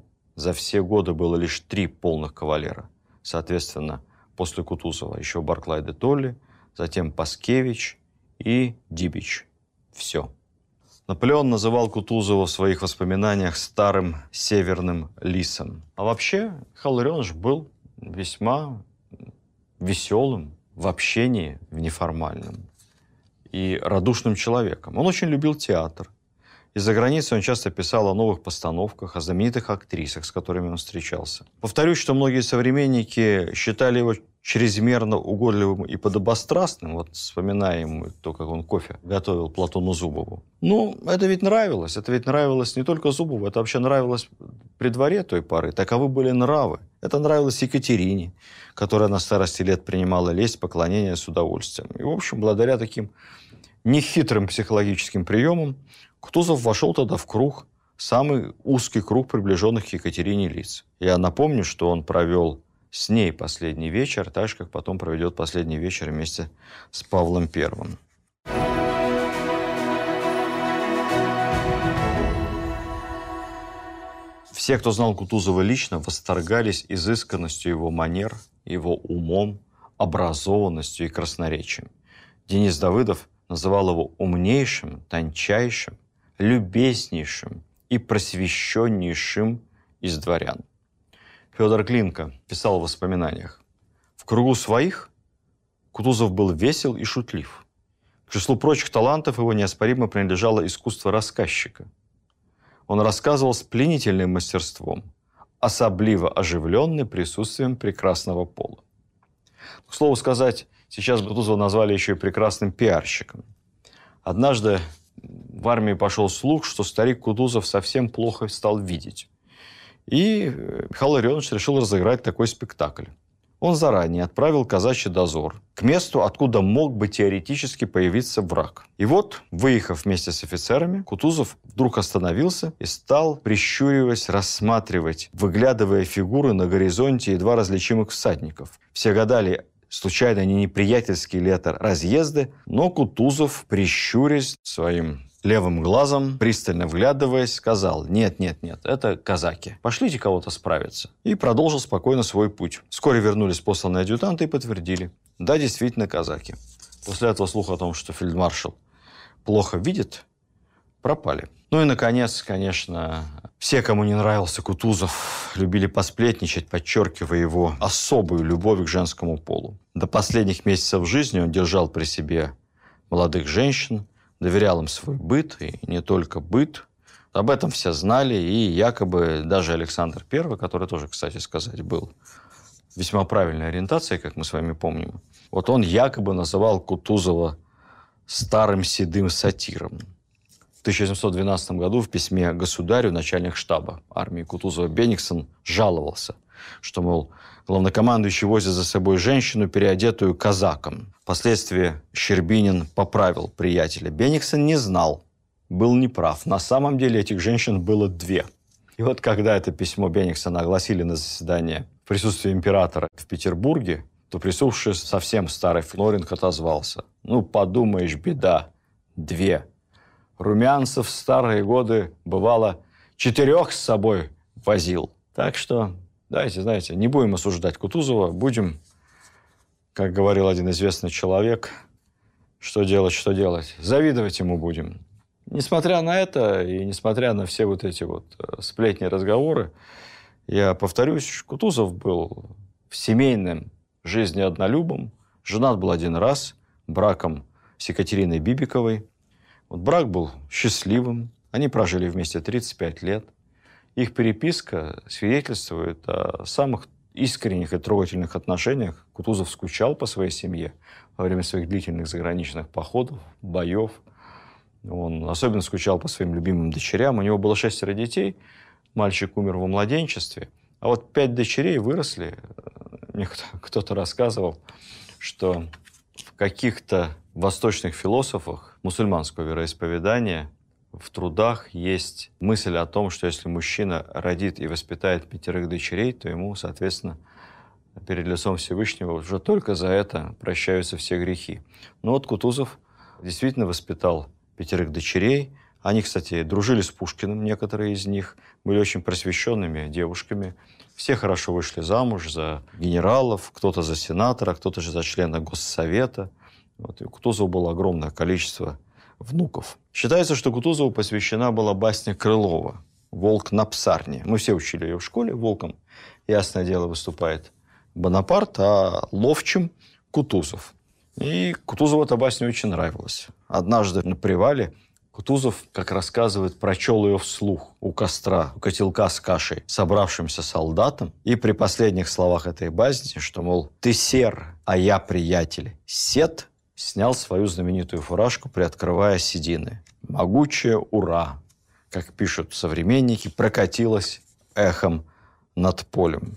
за все годы было лишь три полных кавалера. Соответственно, после Кутузова еще Барклай де Толли, затем Паскевич и Дибич. Все. Наполеон называл Кутузова в своих воспоминаниях старым северным лисом. А вообще, Михаил Ларионович был весьма веселым в общении, в неформальном, и радушным человеком. Он очень любил театр. Из-за границы он часто писал о новых постановках, о знаменитых актрисах, с которыми он встречался. Повторюсь, что многие современники считали его чрезмерно угодливым и подобострастным. Вот вспоминаем то, как он кофе готовил Платону Зубову. Ну, это ведь нравилось. Это ведь нравилось не только Зубову, это вообще нравилось при дворе той поры. Таковы были нравы. Это нравилось Екатерине, которая на старости лет принимала лесть, поклонение с удовольствием. И, в общем, благодаря таким нехитрым психологическим приемам Кутузов вошел тогда в круг, самый узкий круг приближенных к Екатерине лиц. Я напомню, что он провел с ней последний вечер, так же, как потом проведет последний вечер вместе с Павлом Первым. Все, кто знал Кутузова лично, восторгались изысканностью его манер, его умом, образованностью и красноречием. Денис Давыдов называл его умнейшим, тончайшим, любезнейшим и просвещеннейшим из дворян. Федор Клинка писал в воспоминаниях: «В кругу своих Кутузов был весел и шутлив. К числу прочих талантов его неоспоримо принадлежало искусство рассказчика. Он рассказывал с пленительным мастерством, особливо оживленный присутствием прекрасного пола». К слову сказать, сейчас Кутузова назвали еще и прекрасным пиарщиком. Однажды в армии пошел слух, что старик Кутузов совсем плохо стал видеть. И Михаил Ларионович решил разыграть такой спектакль. Он заранее отправил казачий дозор к месту, откуда мог бы теоретически появиться враг. И вот, выехав вместе с офицерами, Кутузов вдруг остановился и стал, прищуриваясь, рассматривать, выглядывая фигуры на горизонте едва различимых всадников. Все гадали, случайно не неприятельские ли это разъезды, но Кутузов, прищурясь своим левым глазом, пристально вглядываясь, сказал: «Нет, нет, нет, это казаки. Пошлите кого-то справиться». И продолжил спокойно свой путь. Вскоре вернулись посланные адъютанты и подтвердили: да, действительно, казаки. После этого слух о том, что фельдмаршал плохо видит, пропали. Ну и, наконец, конечно, Все, кому не нравился Кутузов, любили посплетничать, подчеркивая его особую любовь к женскому полу. До последних месяцев жизни он держал при себе молодых женщин, доверял им свой быт, и не только быт. Об этом все знали, и якобы даже Александр Первый, который тоже, кстати сказать, был весьма правильной ориентацией, как мы с вами помним, вот он якобы называл Кутузова старым седым сатиром. В тысяча семьсот двенадцатом году в письме государю начальник штаба армии Кутузова Бениксон жаловался, что, мол, главнокомандующий возит за собой женщину, переодетую казаком. Впоследствии Щербинин поправил приятеля. Бениксон не знал, был неправ. На самом деле этих женщин было две. И вот когда это письмо Бениксона огласили на заседании в присутствии императора в Петербурге, то присутствующий совсем старый Флоринг отозвался. Ну, подумаешь, беда, две. Румянцев в старые годы, бывало, четырех с собой возил. Так что, давайте, знаете, не будем осуждать Кутузова, будем, как говорил один известный человек, что делать, что делать. Завидовать ему будем. Несмотря на это и несмотря на все вот эти вот сплетни, разговоры, я повторюсь, Кутузов был в семейном жизни однолюбом, женат был один раз, браком с Екатериной Бибиковой. Вот брак был счастливым, они прожили вместе тридцать пять лет. Их переписка свидетельствует о самых искренних и трогательных отношениях. Кутузов скучал по своей семье во время своих длительных заграничных походов, боев. Он особенно скучал по своим любимым дочерям. У него было шестеро детей, мальчик умер во младенчестве. А вот пять дочерей выросли. Мне кто-то рассказывал, что в каких-то восточных философах мусульманского вероисповедания в трудах есть мысль о том, что если мужчина родит и воспитает пятерых дочерей, то ему, соответственно, перед лицом Всевышнего уже только за это прощаются все грехи. Но вот Кутузов действительно воспитал пятерых дочерей. Они, кстати, дружили с Пушкиным, некоторые из них, были очень просвещенными девушками. Все хорошо вышли замуж за генералов, кто-то за сенатора, кто-то же за члена Госсовета. Вот. И у Кутузова было огромное количество внуков. Считается, что Кутузову посвящена была басня Крылова «Волк на псарне». Мы все учили ее в школе. Волком, ясное дело, выступает Бонапарт, а ловчим – Кутузов. И Кутузову эта басня очень нравилась. Однажды на привале Кутузов, как рассказывает, прочел ее вслух у костра, у котелка с кашей, собравшимся солдатам. И при последних словах этой басни, что, мол, «ты сер, а я, приятель, сет», снял свою знаменитую фуражку, приоткрывая седины. Могучее «Ура», как пишут современники, прокатилось эхом над полем.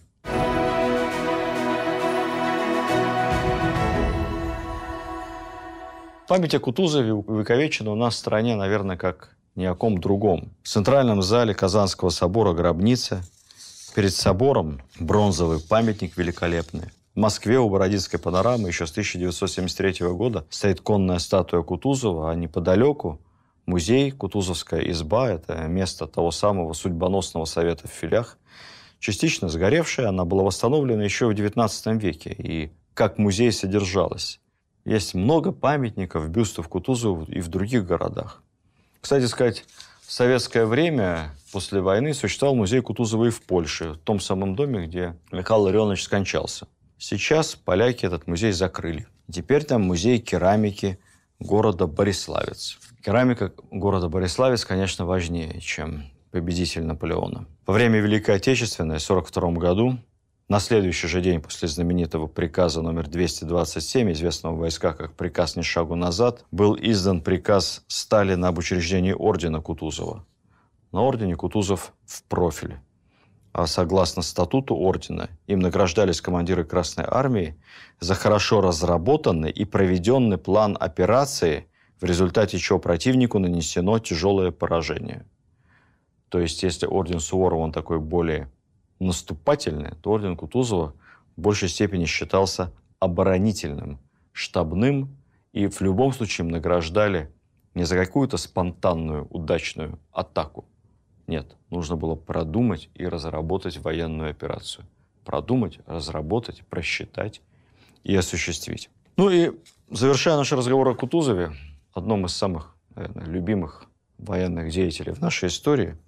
Память о Кутузове увековечена у нас в стране, наверное, как ни о ком другом. В центральном зале Казанского собора гробница. Перед собором бронзовый памятник великолепный. В Москве у Бородинской панорамы еще с тысяча девятьсот семьдесят третьего года стоит конная статуя Кутузова, а неподалеку музей «Кутузовская изба». Это место того самого судьбоносного совета в Филях. Частично сгоревшая, она была восстановлена еще в девятнадцатом веке. И как музей содержалась. Есть много памятников, бюстов Кутузову и в других городах. Кстати сказать, в советское время, после войны, существовал музей Кутузова и в Польше, в том самом доме, где Михаил Ларионович скончался. Сейчас поляки этот музей закрыли. Теперь там музей керамики города Бориславец. Керамика города Бориславец, конечно, важнее, чем победитель Наполеона. Во время Великой Отечественной, в сорок втором году, на следующий же день после знаменитого приказа номер двести двадцать семь, известного в войсках как «Приказ ни шагу назад», был издан приказ Сталина об учреждении ордена Кутузова. На ордене Кутузов в профиль. А согласно статуту ордена, им награждались командиры Красной Армии за хорошо разработанный и проведенный план операции, в результате чего противнику нанесено тяжелое поражение. То есть, если орден Суворова, он такой более наступательный, то орден Кутузова в большей степени считался оборонительным, штабным, и в любом случае награждали не за какую-то спонтанную, удачную атаку. Нет, нужно было продумать и разработать военную операцию. Продумать, разработать, просчитать и осуществить. Ну и, завершая наш разговор о Кутузове, одном из самых, наверное, любимых военных деятелей в нашей истории,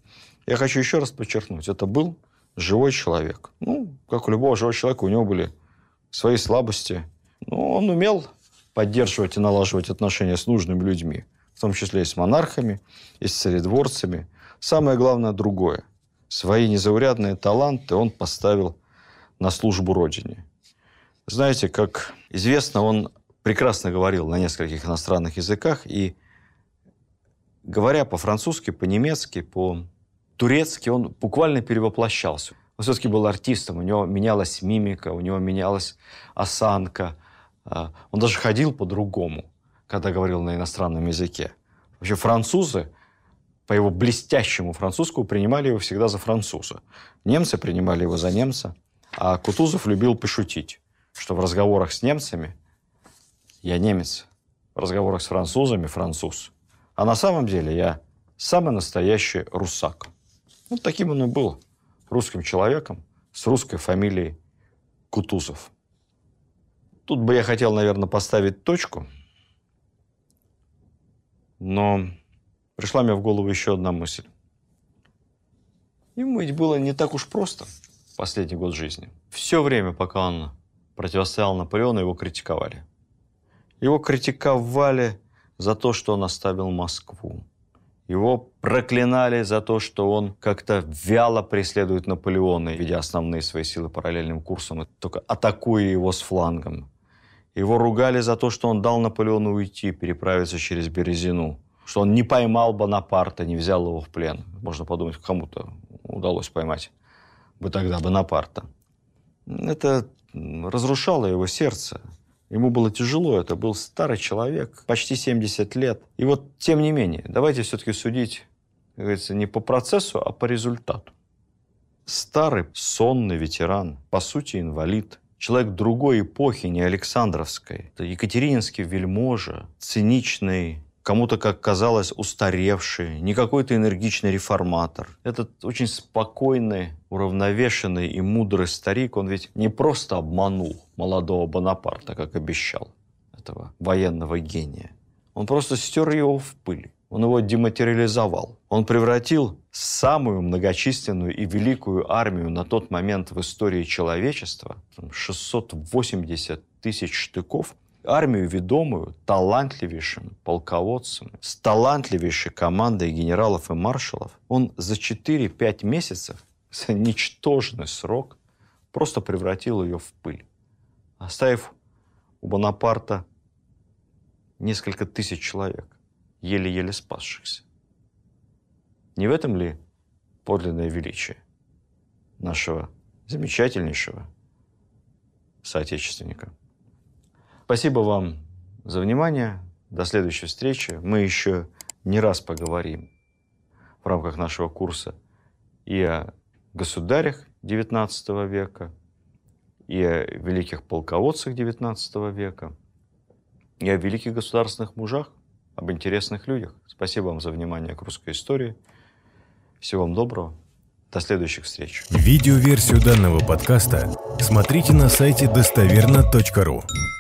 Я хочу еще раз подчеркнуть, это был живой человек. Ну, как у любого живого человека, у него были свои слабости. Но он умел поддерживать и налаживать отношения с нужными людьми, в том числе и с монархами, и с царедворцами. Самое главное другое. Свои незаурядные таланты он поставил на службу Родине. Знаете, как известно, он прекрасно говорил на нескольких иностранных языках, и говоря по-французски, по-немецки, по-турецки, он буквально перевоплощался. Он все-таки был артистом, у него менялась мимика, у него менялась осанка. Он даже ходил по-другому, когда говорил на иностранном языке. Вообще французы по его блестящему французскому принимали его всегда за француза. Немцы принимали его за немца, а Кутузов любил пошутить, что в разговорах с немцами я немец, в разговорах с французами француз. А на самом деле я самый настоящий русак. Вот таким он и был. Русским человеком с русской фамилией Кутузов. Тут бы я хотел, наверное, поставить точку. Но пришла мне в голову еще одна мысль. Ему ведь было не так уж просто последний год жизни. Все время, пока он противостоял Наполеону, его критиковали. Его критиковали за то, что он оставил Москву. Его проклинали за то, что он как-то вяло преследует Наполеона, ведя основные свои силы параллельным курсом, только атакуя его с флангом. Его ругали за то, что он дал Наполеону уйти, переправиться через Березину, что он не поймал Бонапарта, не взял его в плен. Можно подумать, кому-то удалось поймать бы тогда Бонапарта. Это разрушало его сердце. Ему было тяжело, это был старый человек, почти семьдесят лет. И вот, тем не менее, давайте все-таки судить, как говорится, не по процессу, а по результату. Старый, сонный ветеран, по сути, инвалид, человек другой эпохи, не Александровской. Это екатерининский вельможа, циничный, кому-то, как казалось, устаревший, не какой-то энергичный реформатор. Этот очень спокойный, уравновешенный и мудрый старик, он ведь не просто обманул молодого Бонапарта, как обещал, этого военного гения. Он просто стер его в пыль. Он его дематериализовал. Он превратил самую многочисленную и великую армию на тот момент в истории человечества, шестьсот восемьдесят тысяч штыков, армию, ведомую талантливейшим полководцем, с талантливейшей командой генералов и маршалов, он за четыре-пять месяцев, за ничтожный срок, просто превратил ее в пыль, оставив у Бонапарта несколько тысяч человек, еле-еле спасшихся. Не в этом ли подлинное величие нашего замечательнейшего соотечественника? Спасибо вам за внимание. До следующей встречи. Мы еще не раз поговорим в рамках нашего курса и о государях девятнадцатого века, и о великих полководцах девятнадцатого века, и о великих государственных мужах, об интересных людях. Спасибо вам за внимание к русской истории. Всего вам доброго. До следующих встреч. Видеоверсию данного подкаста смотрите на сайте достоверно точка ру.